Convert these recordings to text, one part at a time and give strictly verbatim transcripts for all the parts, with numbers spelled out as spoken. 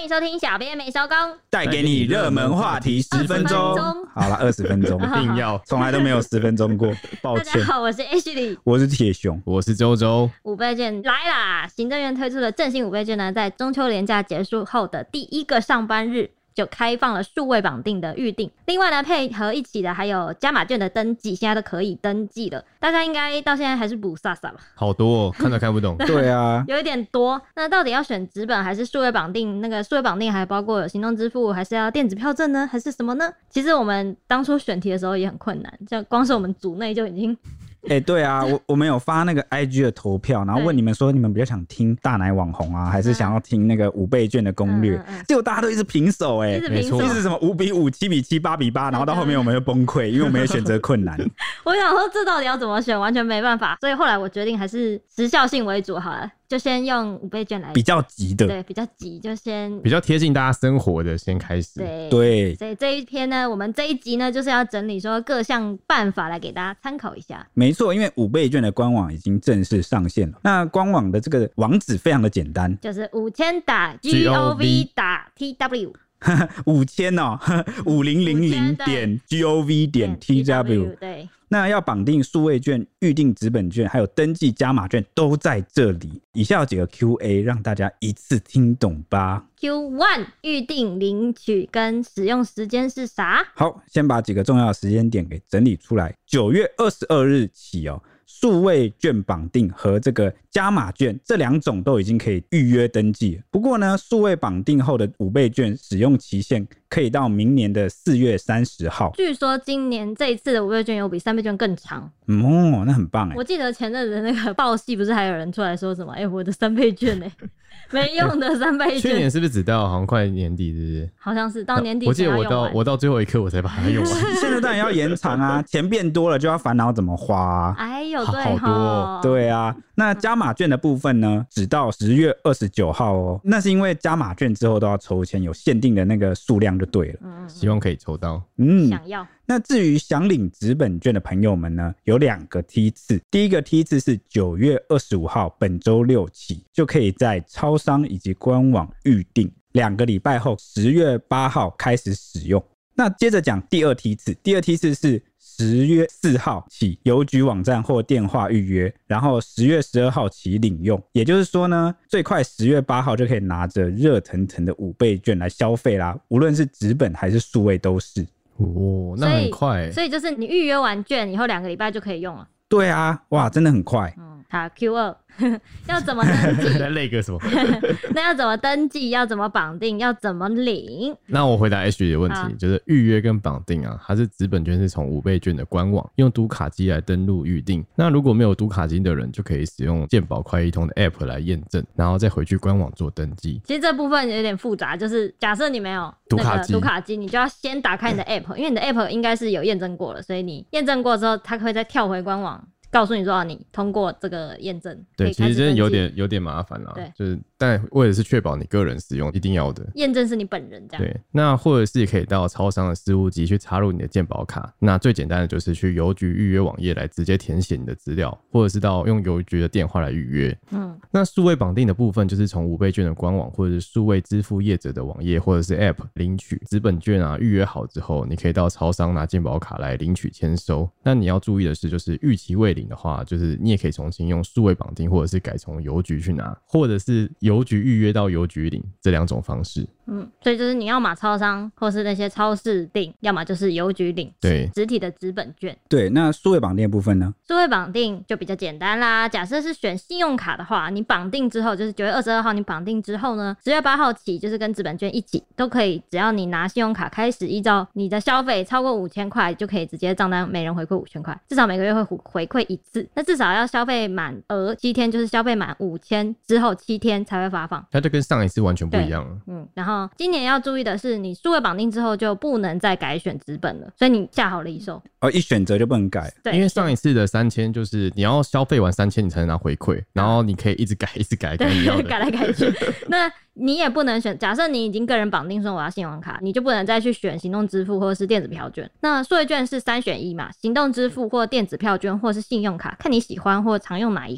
迎收听小编没收工， 带给你热门话题十分钟。好了，二十分钟， 一定要， 从来都没有十分钟过，抱歉。 大家好，我是 Ashley， 我是铁熊， 我是周周。 五倍券来啦！行政院推出的振兴五倍券呢，在中秋连假结束后的第一个上班日就开放了数位绑定的预定，另外呢，配合一起的还有加码券的登记，现在都可以登记了。大家应该到现在还是补萨萨吧？ 好多、哦，看都看不懂。 对啊， 有一点多。那到底要选纸本还是数位绑定？那个数位绑定还包括有行动支付，还是要电子票证呢？还是什么呢？其实我们当初选题的时候也很困难，就光是我们组内就已经。 哎、欸，对啊，我我们有发那个 I G 的投票，然后问你们说你们比较想听大奶网红啊，还是想要听那个五倍券的攻略？嗯嗯嗯、结果大家都一直平手、欸，哎， 没错， 一直什么五比五、七比七、八比八，然后到后面我们就崩溃，因为我们也选择困难。 我想说这到底要怎么选，完全没办法，所以后来我决定还是时效性为主好了。就先用五倍券来比较急的， 对，比较急就先比较贴近大家生活的先开始。 对对， 所以这一篇呢，我们这一集呢，就是要整理说各项办法来给大家参考一下。 没错，因为五倍券的官网已经正式上线了。那官网的这个网址非常的简单， 就是五千打 G O V 打 T W。 五千哦，五零零零点 G O V 点 T W。 对。 那要绑定数位券、预定纸本券，还有登记加码券都在这里。以下有几个 Q A 让大家一次听懂吧。 Q 一 预定、领取跟使用时间是啥？ 好，先把几个重要的时间点给整理出来。九月二十二日起哦，数位券绑定和这个加码券这两种都已经可以预约登记了。不过呢，数位绑定后的五倍券使用期限可以到明年的四月三十号。 据说今年这一次的五倍券有比三倍券更长。 嗯哦，那很棒哎！ 我记得前阵子那个报系不是还有人出来说什么？哎、欸，我的三倍券哎、欸，没用的三倍券。 去年是不是只到好像快年底，是不是？ 好像是到年底。 我记得我到我到最后一刻我才把它用完。 现在当然要延长啊，钱变多了就要烦恼怎么花啊。 哎呦，对， 好多、哦。 对啊，那加码券的部分呢，只到十月二十九号哦。那是因为加码券之后都要抽签，有限定的那个数量就对了。 嗯， 希望可以抽到。 嗯，想要。 那至于想领纸本券的朋友们呢，有两个梯次。第一个梯次是九月二十五号，本周六起就可以在超商以及官网预定，两个礼拜后十月八号开始使用。那接着讲第二梯次，第二梯次是十月四号起邮局网站或电话预约，然后十月十二号起领用。也就是说呢，最快十月八号就可以拿着热腾腾的五倍券来消费啦，无论是纸本还是数位都是。 哦，那很快。 所以就是你预约完券以后两个礼拜就可以用了。 对啊，哇，真的很快。 嗯，好 Q 二 要怎么登记？ 在累个什么？ 那要怎么登记？要怎么绑定？要怎么领？ 那我回答 H 的问题，就是预约跟绑定啊，它是纸本券是从五倍券的官网用读卡机来登录预定。那如果没有读卡机的人，就可以使用健保快易通的 App 来验证，然后再回去官网做登记。 其实这部分有点复杂，就是假设你没有读卡机， 读卡机，你就要先打开你的 App， 因为你的 App 应该是有验证过了，所以你验证过之后，它会再跳回官网。告诉你说你通过这个验证， 对，其实真的有点有点麻烦啦。对，就是但为了是确保你个人使用，一定要的验证是你本人这样。 对，那或者是也可以到超商的事务机去插入你的健保卡。那最简单的就是去邮局预约网页来直接填写你的资料，或者是到用邮局的电话来预约。嗯，那数位绑定的部分就是从五倍券的官网或者是数位支付业者的网页或者是 App 领取纸本券啊。预约好之后，你可以到超商拿健保卡来领取签收。那你要注意的是，就是逾期未领的话，就是你也可以重新用数位绑定，或者是改从邮局去拿，或者是邮局预约到邮局领，这两种方式。 嗯，所以就是你要嘛超商或是那些超市领，要么就是邮局领， 对， 实体的纸本券。 对，那数位绑定的部分呢？ 数位绑定就比较简单啦。假设是选信用卡的话，你绑定之后，就是九月二十二号你绑定之后呢，十月八号起就是跟纸本券一起都可以，只要你拿信用卡开始依照你的消费超过五千块，就可以直接账单每人回馈五千块，至少每个月会回馈一次。那至少要消费满额七天，就是消费满五千之后七天才会发放。 它就跟上一次完全不一样了。 嗯，然后今年要注意的是，你数位绑定之后就不能再改选纸本了，所以你下好离手。 哦，一选择就不能改。 对， 因为上一次的三千就是你要消费完三千你才能拿回馈，然后你可以一直改一直改，改你要的改来改去。那你也不能选，假设你已经个人绑定说我要信用卡，你就不能再去选行动支付或者是电子票券。那数位券是三选一嘛，行动支付或电子票券或是信用卡，看你喜欢或常用哪一个。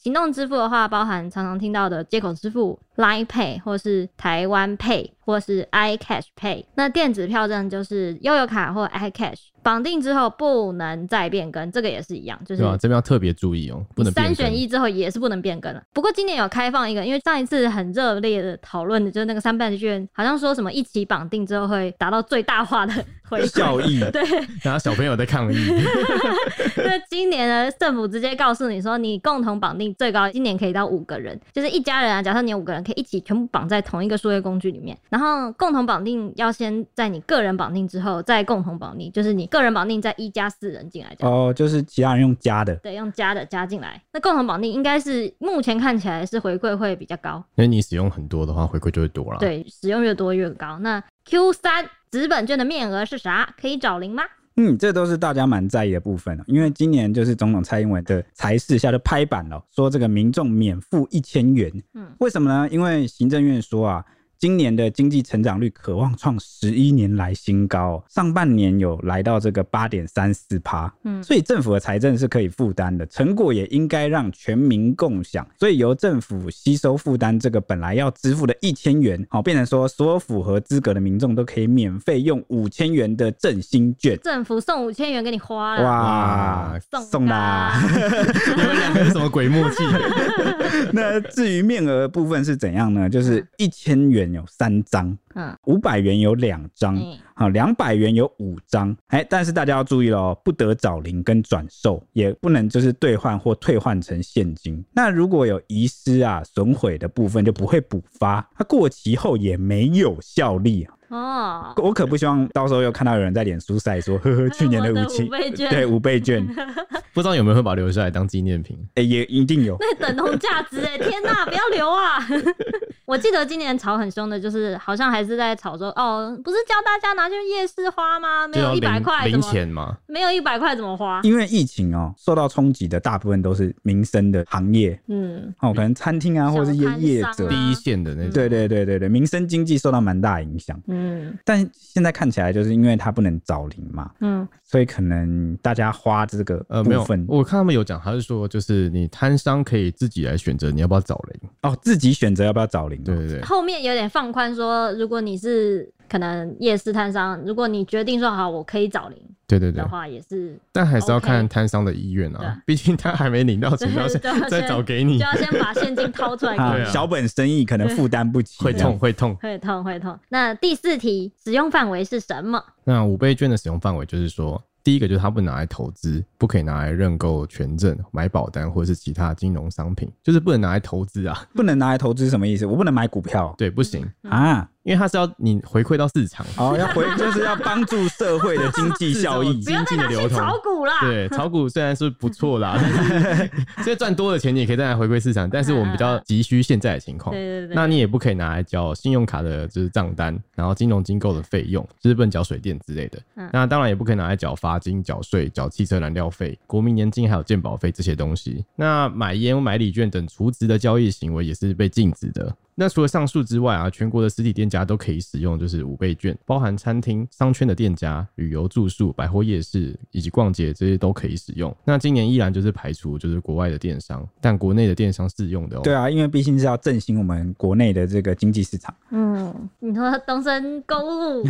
行动支付的话，包含常常听到的街口支付、Line Pay 或是台湾 Pay 或是 iCash Pay。那电子票证就是悠游卡或 iCash， 绑定之后不能再变更，这个也是一样，就是对啊，这边要特别注意哦，不能变更。 三选一之后也是不能变更了。不过今年有开放一个，因为上一次很热烈的讨论的就是那个三倍券，好像说什么一起绑定之后会达到最大化的回效益， 对， 然后小朋友在抗议。 那今年呢，政府直接告诉你说，你共同绑定最高今年可以到五个人，就是一家人啊，假设你有五个人，可以一起全部绑在同一个数位工具里面。然后共同绑定要先在你个人绑定之后再共同绑定，就是你个人绑定再一加四人进来这样。 哦，就是其他人用加的， 对，用加的加进来。那共同绑定应该是目前看起来是回馈会比较高， 因为你使用很多的话，回馈就会多啦。 对，使用越多越高。那 Q 三 纸本券的面额是啥？可以找零吗？ 嗯，这都是大家蛮在意的部分了，因为今年就是总统蔡英文的财事下就拍板了，说这个民众免付一千元。嗯，为什么呢？因为行政院说啊，今年的经济成长率可望创十一年来新高、哦，上半年有来到这个 八点三四趴， 嗯，所以政府的财政是可以负担的，成果也应该让全民共享，所以由政府吸收负担这个本来要支付的一千元，好、哦、变成说所有符合资格的民众都可以免费用五千元的振兴券， 政府送五千元给你花了， 哇，送啦！ 你们两个是什么鬼默契？ 那至于面额部分是怎样呢？就是一千元有三张，嗯，五百元有两张，好，两百元有五张。哎，但是大家要注意咯，不得找零跟转售，也不能就是兑换或退换成现金。那如果有遗失啊、损毁的部分，就不会补发，它过期后也没有效力啊。哦，我可不希望到时候又看到有人在脸书晒说，呵呵，去年的五期，对，五倍券， 不知道有没有会把它留下来当纪念品？ 哎、欸，也一定有， 那等同价值哎！天哪，不要留啊！我记得今年吵很凶的，就是好像还是在吵说，哦，不是教大家拿去夜市花吗？没有一百块零钱吗？ 没有一百块怎么花？ 因为疫情哦，受到冲击的大部分都是民生的行业，嗯，哦，可能餐厅啊，或者是业业者， 第一线的那种， 对对对对对，民生经济受到蛮大影响，嗯。嗯，但现在看起来就是因为它不能找零嘛，嗯，所以可能大家花这个部分， 呃、我看他们有讲，他是说就是你摊商可以自己来选择你要不要找零， 哦，自己选择要不要找零， 对对对， 后面有点放宽说，如果你是可能夜市摊商，如果你决定说好我可以找零， 对对对的话也是， 但还是要看摊商的意愿啊，毕竟他还没领到钱，要先再找给你， 就要先把现金掏出来给你、 啊，小本生意可能负担不起， 会痛会痛会痛会痛。那第四题，使用范围是什么？ 那五倍券的使用范围就是说，第一个就是它不能拿来投资，不可以拿来认购权证、买保单或者是其他金融商品，就是不能拿来投资啊。 不能拿来投资什么意思？我不能买股票？ 对，不行、 嗯、 啊。因为它是要你回馈到市场， 哦，要回就是要帮助社会的经济效益、 经济的流通。炒股啦， 对，炒股虽然是不错啦，但是所以赚多的钱你也可以再来回馈市场，但是我们比较急需现在的情况。 对对对， 那你也不可以拿来缴信用卡的就是账单，然后金融机构的费用，就是不能缴水电之类的。嗯、那当然也不可以拿来缴罚金、缴税、缴汽车燃料费、国民年金还有健保费这些东西。那买烟、买礼券等储值的交易行为也是被禁止的。那除了上述之外啊，全国的实体店家都可以使用就是五倍券，包含餐厅、商圈的店家、旅游住宿、百货夜市以及逛街这些都可以使用。那今年依然就是排除就是国外的电商，但国内的电商适用的哦。 对啊，因为毕竟是要振兴我们国内的这个经济市场。 嗯，你说东森购物，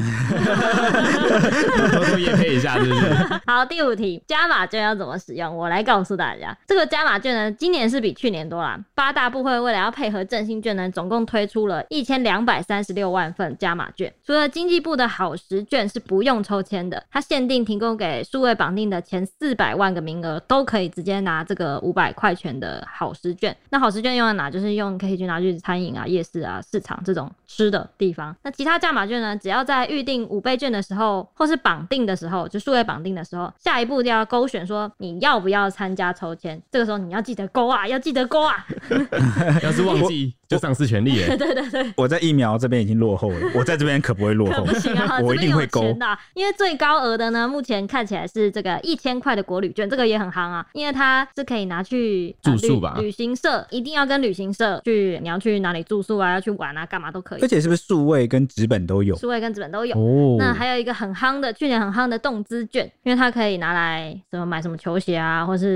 偷偷业配一下是不是？ 好，第五题，加码券要怎么使用？我来告诉大家，这个加码券呢，今年是比去年多啦。八大部会为了要配合振兴券呢，总共推出了一千两百三十六万份加码券。除了经济部的好食券是不用抽签的，它限定提供给数位绑定的前四百万个名额都可以直接拿这个五百块钱的好食券。那好食券用在哪？就是用可以去拿去餐饮啊、夜市啊、市场这种吃的地方。那其他加码券呢，只要在预定五倍券的时候，或是绑定的时候，就数位绑定的时候，下一步就要勾选说你要不要参加抽签。这个时候你要记得勾啊，要记得勾啊。 要是忘记就丧失权利耶。 对对对， 我在疫苗这边已经落后了，我在这边可不会落后， 可不行啊， 我一定会勾。 因为最高额的呢，目前看起来是这个一千块的国旅券，这个也很夯啊，因为它是可以拿去、 呃、住宿吧， 旅行社一定要跟旅行社去，你要去哪里住宿啊，要去玩啊，干嘛都可以。 而且是不是数位跟纸本都有？ 数位跟纸本都有。 哦、 那还有一个很夯的，去年很夯的动资券，因为它可以拿来什么买什么球鞋啊，或是什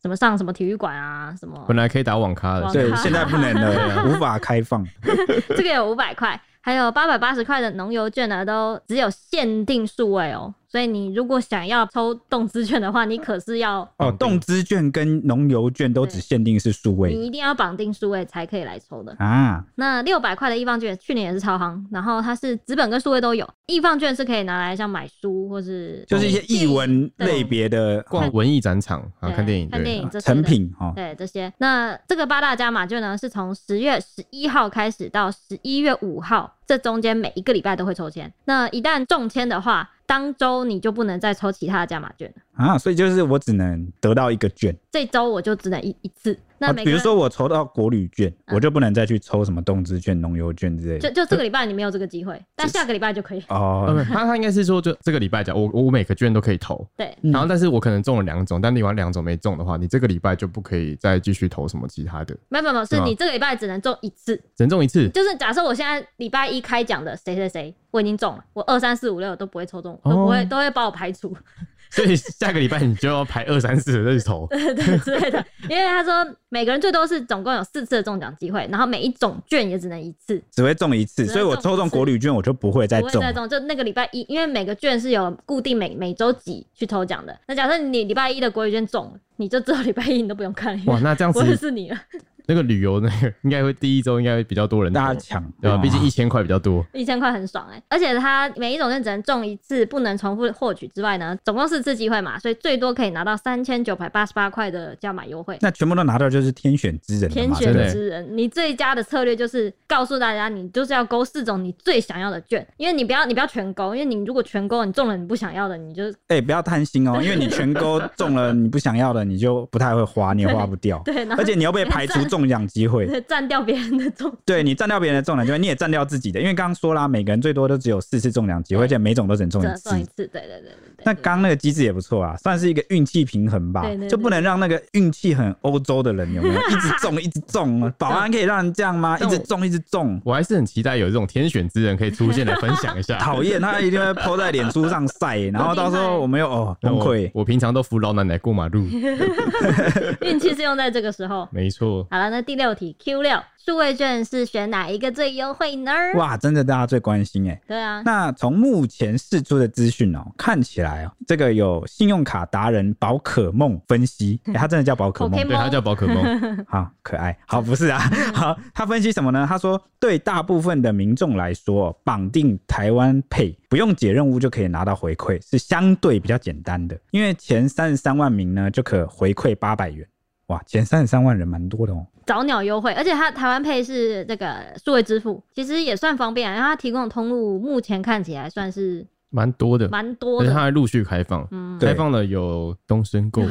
什么上什么体育馆啊，什么本来可以打网咖的， 对，现在不能了，无法开放。 这个有五百块，还有八百八十块的农游券呢，都只有限定数位哦。所以你如果想要抽动资券的话，你可是要哦，动资券跟农游券都只限定是数位， 你一定要绑定数位才可以来抽的啊。 那六百块的易放券去年也是超夯，然后它是纸本跟数位都有。易放券是可以拿来像买书或是就是一些艺文类别的， 逛文艺展场啊，看电影、 看电影这些成品哦， 对这些。那这个八大加码券呢，是从十月十一号开始到十一月五号，这中间每一个礼拜都会抽签。那一旦中签的话，当周你就不能再抽其他的加码券了啊，所以就是我只能得到一个券， 这周我就只能 一, 一次。那每、 啊、比如说我抽到国旅券、嗯，我就不能再去抽什么动资券、农游券之类的。 就就这个礼拜你没有这个机会，但下个礼拜就可以。 哦，他他应该是说，就这个礼拜讲，我我每个券都可以投， 对。 然后但是我可能中了两种，但另外两种没中的话，你这个礼拜就不可以再继续投什么其他的。 没有没有，是你这个礼拜只能中一次， 只能中一次。 就是假设我现在礼拜一开奖的谁谁谁，我已经中了，我二三四五六都不会抽中，都不会、哦、都会把我排除。 所以下个礼拜你就要排二三四的日头， 对对之类的，因为他说每个人最多是总共有四次的中奖机会，然后每一种券也只能一次， 只会中一次，所以我抽中国旅券我就不会再中， 不会再中，就那个礼拜一，因为每个券是有固定每每周几去抽奖的。那假设你礼拜一的国旅券中了，你就只有礼拜一你都不用看， 哇，那这样子不会是你了。 那个旅游那个应该会第一周应该会比较多人大家抢， 对吧？毕竟一千块比较多， 一千块很爽哎、欸！而且它每一种券只能中一次，不能重复获取之外呢，总共四次机会嘛，所以最多可以拿到三千九百八十八块的加码优惠。 那全部都拿到就是天选之人了嘛， 天选之人，你最佳的策略就是告诉大家，你就是要勾四种你最想要的券，因为你不要你不要全勾，因为你如果全勾，你中了你不想要的，你就哎、欸、不要贪心哦，因为你全勾中了你不想要的，你就不太会花，你也花不掉， 对， 而且你又被排除中奖机会。 占掉别人的中， 对，你占掉别人的中奖机会，你也占掉自己的，因为刚刚说啦，每个人最多都只有四次中奖机会，而且每种都只能中一次。 中一次，对对对 对, 對。 那刚那个机制也不错啊，算是一个运气平衡吧， 對對對， 就不能让那个运气很欧洲的人有没有一直中一直中？保安可以让人这样吗？一直中一直中。 我还是很期待有这种天选之人可以出现来分享一下。 讨厌，他一定会 po 在脸书上晒，然后到时候我们又哦崩溃。 我, 我平常都扶老奶奶过马路， 运气是用在这个时候。 没错。 好了，那第六题 Q 六。数位券是选哪一个最优惠呢？ 哇，真的大家最关心哎。 对啊。 那从目前释出的资讯哦，看起来哦，这个有信用卡达人宝可梦分析，欸、他真的叫宝可梦， 对，他叫宝可梦， 好可爱。好，不是啊，好，他分析什么呢？他说，对大部分的民众来说，绑定台湾 Pay 不用解任务就可以拿到回馈，是相对比较简单的，因为前三十三万名呢就可回馈八百元。哇，前三十三万人蛮多的哦。 早鸟优惠，而且它台湾Pay是这个数位支付，其实也算方便啊，因为它提供的通路目前看起来算是蛮多的， 蛮多的， 而且它还陆续开放，嗯，开放了有东森购物，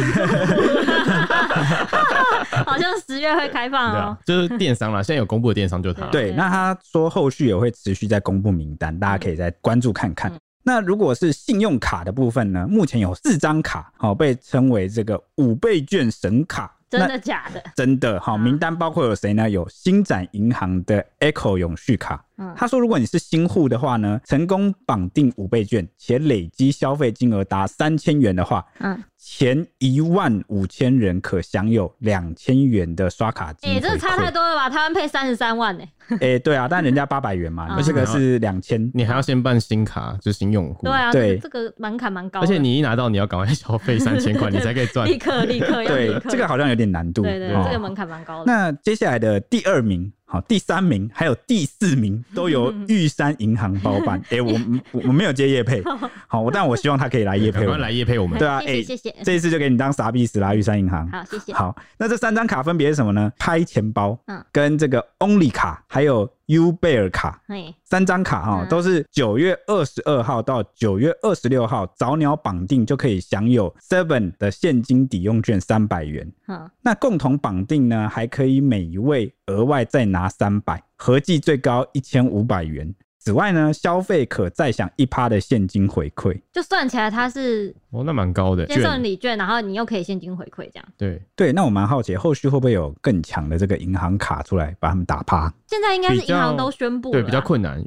好像十月会开放哦、 啊，就是电商啦，现在有公布的电商就是它。 对，那他说后续也会持续在公布名单，大家可以再关注看看。嗯，那如果是信用卡的部分呢？目前有四张卡，哦，被称为这个五倍券神卡。 真的假的？ 真的，好，名单包括有谁呢？有星展银行的 Echo 永续卡。嗯，他说，如果你是新户的话呢，成功绑定五倍券，且累积消费金额达三千元的话，嗯，前一万五千人可享有两千元的刷卡金。哎、 欸，这差太多了吧？台湾配三十三万呢、 欸。哎、欸，对啊，但人家八百元嘛，而这个是两千， 你还要先办新卡，就是新用户。 对啊，对，这个门槛蛮高的。 而且你一拿到，你要赶快消费三千块，你才可以赚。 立刻立刻要立刻。 对，这个好像有点难度。 对对对，哦、这个门槛蛮高的。 那接下来的第二名。好，第三名还有第四名都由玉山银行包办。哎、欸，我我我没有接业配，好，但我希望他可以来业配我们， 来业配我们。 对啊， 哎，谢谢。 这一次就给你当傻逼死啦，玉山银行。 好，谢谢。 好，那这三张卡分别是什么呢？拍钱包，嗯，跟这个 Only 卡，还有 U 贝尔卡，三张卡哈、嗯、都是九月二十二号到九月二十六号早鸟绑定就可以享有 Seven 的现金抵用券三百元。嗯，那共同绑定呢，还可以每一位额外再拿三百，合计最高一千五百元。此外呢，消费可再享 百分之一 的现金回馈， 就算起来它是哦，那蛮高的， 先送礼券，然后你又可以现金回馈，这样。 对对，那我蛮好奇，后续会不会有更强的这个银行卡出来把他们打趴？ 现在应该是银行都宣布了， 对，比较困难，因为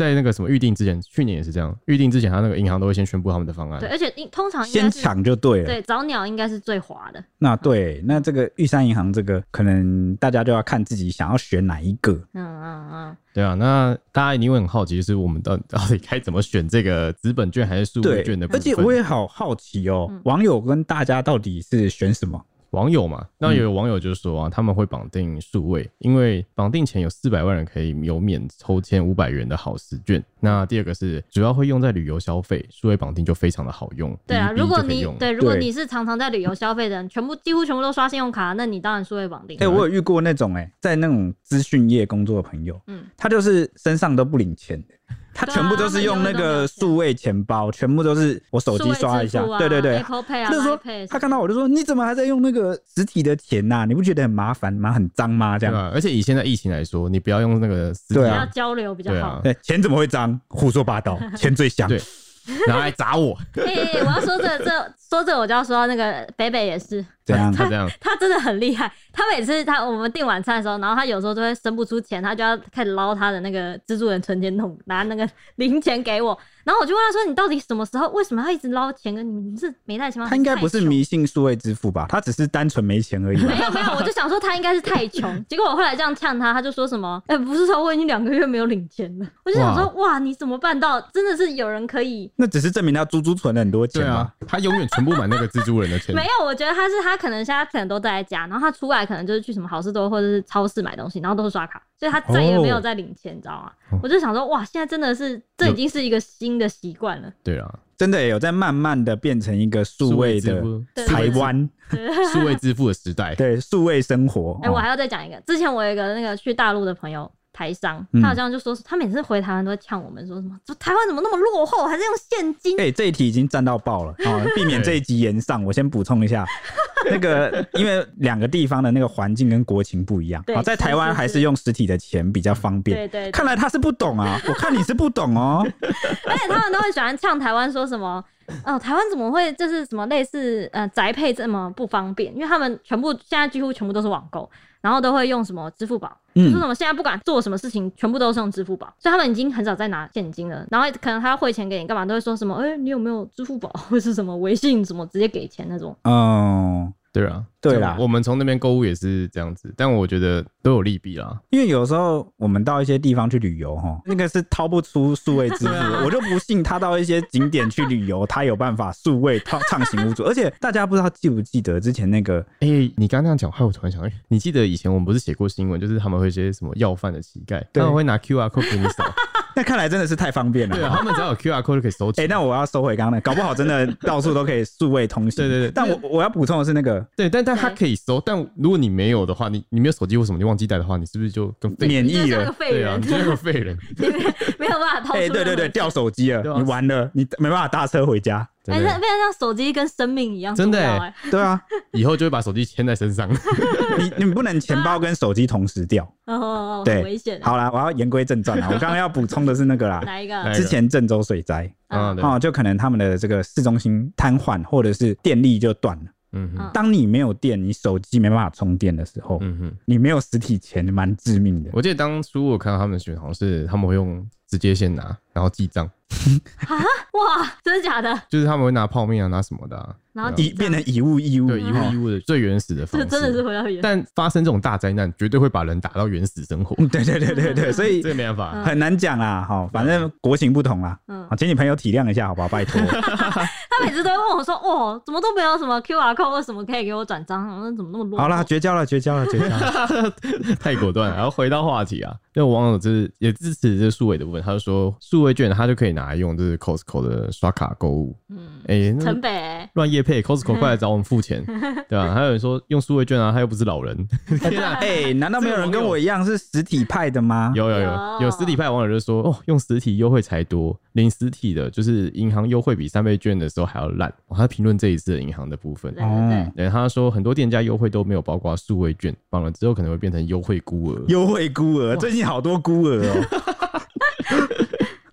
在那个什么预定之前，去年也是这样，预定之前他那个银行都会先宣布他们的方案。 对，而且通常先抢就对了。 对，早鸟应该是最滑的。 那对，那这个玉山银行这个可能大家就要看自己想要选哪一个。 嗯嗯嗯。 对啊，那大家一定会很好奇，就是我们到到底该怎么选这个资本券还是数位券的部分。 而且我也好好奇哦，嗯、网友跟大家到底是选什么？ 网友嘛，那有网友就说啊，嗯、他们会绑定数位，因为绑定前有四百万人可以有免抽签五百元的好时券。那第二个是主要会用在旅游消费，数位绑定就非常的好用。 对啊，如果你对如果你是常常在旅游消费的人，全部几乎全部都刷信用卡，那你当然数位绑定。 哎、欸，我有遇过那种哎、欸，在那种资讯业工作的朋友，嗯，他就是身上都不领钱的。他全部都是用那个数位钱包，全部都是我手机刷一下， 啊、 对对对。 Apple Pay 啊， 就是说他看到我就说：“你怎么还在用那个实体的钱呐、啊？你不觉得很麻烦吗？很脏吗？”这样。 对啊，而且以现在疫情来说，你不要用那个实体， 对啊，交流比较好。 对，钱怎么会脏？胡说八道，钱最香。 对。然后来砸我！ 哎、欸，我要说这这说这，我就要说到那个北北也是， 怎样？ 他这样， 他真的很厉害。他每次他我们订晚餐的时候，然后他有时候就会生不出钱，他就要开始捞他的那个蜘蛛人存钱筒，拿那个零钱给我。然后我就问他说：“你到底什么时候？为什么要一直捞钱？跟你你是没带钱吗？” 他应该不是迷信数位支付吧？他只是单纯没钱而已。 没有没有，我就想说他应该是太穷。结果我后来这样呛他，他就说什么：“哎、欸，不是说我已经两个月没有领钱了。”我就想说：“哇，你怎么办到？真的是有人可以？” 那只是证明他猪猪存了很多钱啊。他永远存不满那个蜘蛛人的钱。 没有，我觉得他是他可能现在可能都在家，然后他出来可能就是去什么好市多或者是超市买东西，然后都是刷卡，所以他再也没有在领钱，你、哦、知道吗？我就想说，哇，现在真的是这已经是一个新的习惯了。 对啊， 真的也有在慢慢的变成一个数位的台湾数位支付的时代， 对，数位生活。 哎、欸，我还要再讲一个，之前我有一个那个去大陆的朋友。台商，他好像就说，他每次回台湾都会呛我们说什么，说台湾怎么那么落后，还是用现金？ 哎、欸，这一题已经占到爆了啊！避免这一集延上，我先补充一下，那个因为两个地方的那个环境跟国情不一样，啊，在台湾还是用实体的钱比较方便。 对 对, 对， 看来他是不懂啊，我看你是不懂哦。 而且他们都会喜欢呛台湾，说什么哦，台湾怎么会就是什么类似呃宅配这么不方便？因为他们全部现在几乎全部都是网购。然后都会用什么支付宝，嗯、就说什么现在不管做什么事情，全部都是用支付宝，所以他们已经很少再拿现金了。然后可能他要汇钱给你，干嘛都会说什么，哎、欸，你有没有支付宝或是什么微信什么直接给钱那种。 哦， 对啊， 对啦， 我们从那边购物也是这样子，但我觉得都有利弊啦。 因为有时候我们到一些地方去旅游，哈，那个是掏不出数位支付的，我就不信他到一些景点去旅游，他有办法数位畅行无阻。而且大家不知道记不记得之前那个， 哎、欸，你刚刚那样讲，害我突然想到，你记得以前我们不是写过新闻，就是他们会一些什么要饭的乞丐，他们会拿 Q R code 给你扫。 那看来真的是太方便了。 对啊，他们只要有 Q R code 就可以收钱。 哎、欸，那我要收回刚刚的，搞不好真的到处都可以数位通行。 对对对， 但我我要补充的是那个， 对，但但他可以收，但如果你没有的话，你你没有手机或什么，你忘记带的话，你是不是就跟免疫了？ 对啊，你就是个废人， 你没没有办法掏出。 哎、欸，对对对，掉手机了，你完了，你没办法搭车回家。 哎、欸，那变成像手机跟生命一样真的哎、 欸，对啊， 以后就会把手机牵在身上。 你你不能钱包跟手机同时掉， 哦， 对， 很危险。 好啦，我要言归正传啦，我刚刚要补充的是那个啦， 哪一个？ 之前郑州水灾， 嗯， 哦，就可能他们的这个市中心瘫痪，或者是电力就断了。嗯哼，当你没有电，你手机没办法充电的时候，嗯哼，你没有实体钱，蛮致命的。 我记得当初我看到他们选，好像是他们会用直接先拿，然后记账。 啊！哇，真的假的？ 就是他们会拿泡面啊，拿什么的、啊， 然后以变成以物易物， 对，以物易物的最原始的方式。 这真的是回到原始。 但发生这种大灾难，绝对会把人打到原始生活。 对对对对对，所以这个没办法， 很难讲啦。哈，反正国情不同啦。嗯，请你朋友体谅一下，好不好？拜托。 他每次都会问我说：“哦，怎么都没有什么 Q R code 或什么可以给我转账？那怎么那么落？” 好啦，绝交了，绝交了，绝交了， 太果断了。然后回到话题啊，因为网友就是也支持这数位的部分，他就说数位券他就可以拿来用，就是 Costco 的刷卡购物。嗯，哎、欸， 城北乱业配 Costco 快来找我们付钱，对吧、啊？还有人说用数位券啊，他又不是老人。天啊！ 哎、欸，难道没有人跟我一样是实体派的吗？ 有有有有实体派网友就说哦，用实体优惠才多，领实体的就是银行优惠比三倍券的时候还要烂。哦、他评论这一次的银行的部分， 对对对， 对他说很多店家优惠都没有包括数位券，绑了之后可能会变成优惠孤儿。 优惠孤儿，最近好多孤儿哦。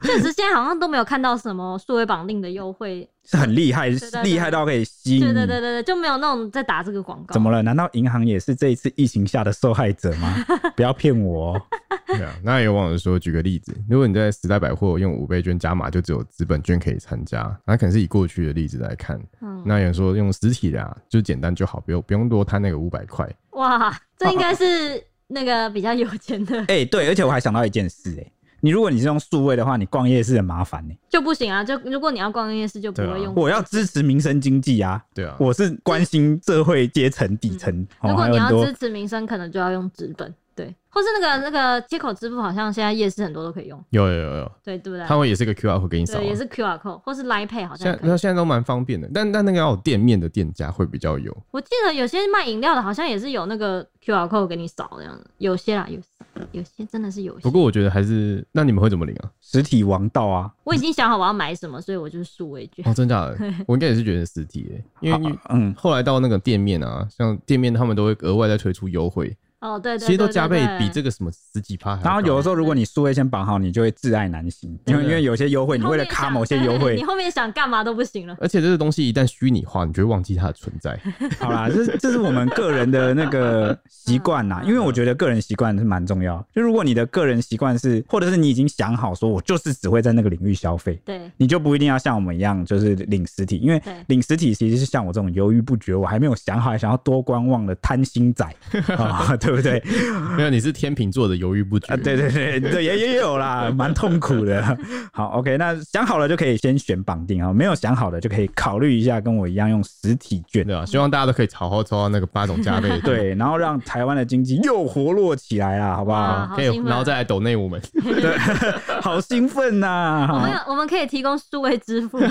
确实现在好像都没有看到什么数位绑定的优惠， 是很厉害，厉害到可以吸引你。 对对对对对，就没有那种在打这个广告。 怎么了？难道银行也是这一次疫情下的受害者吗？不要骗我哦。 对啊，那有网友说，举个例子，如果你在时代百货用五倍券加码，就只有资本券可以参加，那可能是以过去的例子来看。嗯，那有人说用实体的啊，就简单就好，不用不用多摊那个五百块。 哇，这应该是那个比较有钱的。 哎、欸，对，而且我还想到一件事、欸，哎。你如果你是用数位的话，你逛夜市很麻烦呢、欸， 就不行啊！就如果你要逛夜市，就不会用、啊。 我要支持民生经济啊！ 对啊， 我是关心社会阶层底层、嗯哦。如果你要支持民生，可能就要用纸本，对，或是那个那个接口支付，好像现在夜市很多都可以用。 有有有有， 对对不对？ 他们也是个 Q R code 给你扫、啊， 对，也是 Q R code， 或是 Line Pay 好像现在现在都蛮方便的，但但那个要有店面的店家会比较有。 我记得有些卖饮料的，好像也是有那个 Q R code 给你扫这样子，有些啦，有有些真的是有些。 不过我觉得还是，那你们会怎么领啊？ 实体王道啊！ 我已经想好我要买什么，所以我就是数位券。 哦，真假的？我应该也是觉得实体诶，因为嗯，后来到那个店面啊，像店面他们都会额外再推出优惠。 哦，对 对, 对, 对, 对， 其实都加倍比这个什么十几趴。 然后有的时候，如果你数位先绑好，你就会挚爱难行，因为因为有些优惠，你为了卡某些优惠， 你后面想干嘛都不行了。 而且这个东西一旦虚拟化，你就会忘记它的存在。 好啦，这这是我们个人的那个习惯呐，因为我觉得个人习惯是蛮重要。就如果你的个人习惯是，或者是你已经想好说，我就是只会在那个领域消费， 对， 你就不一定要像我们一样，就是领实体，因为领实体其实是像我这种犹豫不决，我还没有想好，还想要多观望的贪心仔，哦、对不对？ 没有，你是天秤座的犹豫不决、 啊、对对对对，也也有啦，蛮痛苦的。好 ，OK， 那想好了就可以先选绑定啊，没有想好的就可以考虑一下，跟我一样用实体券。 对啊，希望大家都可以好好抽到那个八种加倍。 对，然后让台湾的经济又活络起来啦，好不好？ 好可以，然后再来抖内我们。 对，好兴奋呐、啊！ 我们我们可以提供数位支付。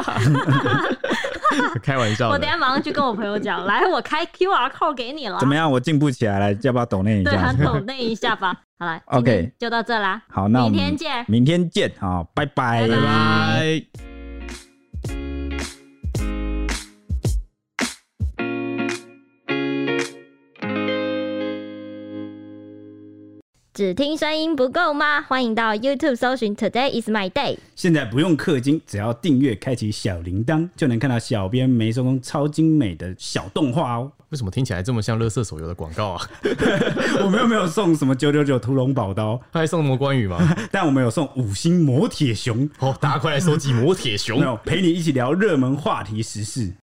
开玩笑的， 我等一下马上去跟我朋友讲，来，我开 Q R code 给你了。 怎么样？我进步起来了，要不要抖内一下？ 对啊，抖内一下吧。好了 ，OK， 就到这啦。 好，那我们明天见， 明天见，好，拜拜， 拜拜。 拜拜。 只听声音不够吗？欢迎到 YouTube 搜寻 Today is my day。 现在不用氪金，只要订阅，开启小铃铛，就能看到小编没收工超精美的小动画哦。 为什么听起来这么像垃圾手游的广告啊？ 我们又没有送什么九九九屠龙宝刀， 他还送魔关羽吗？ 但我们有送五星魔铁熊。 哦，大家快来收集魔铁熊， 陪你一起聊热门话题时事。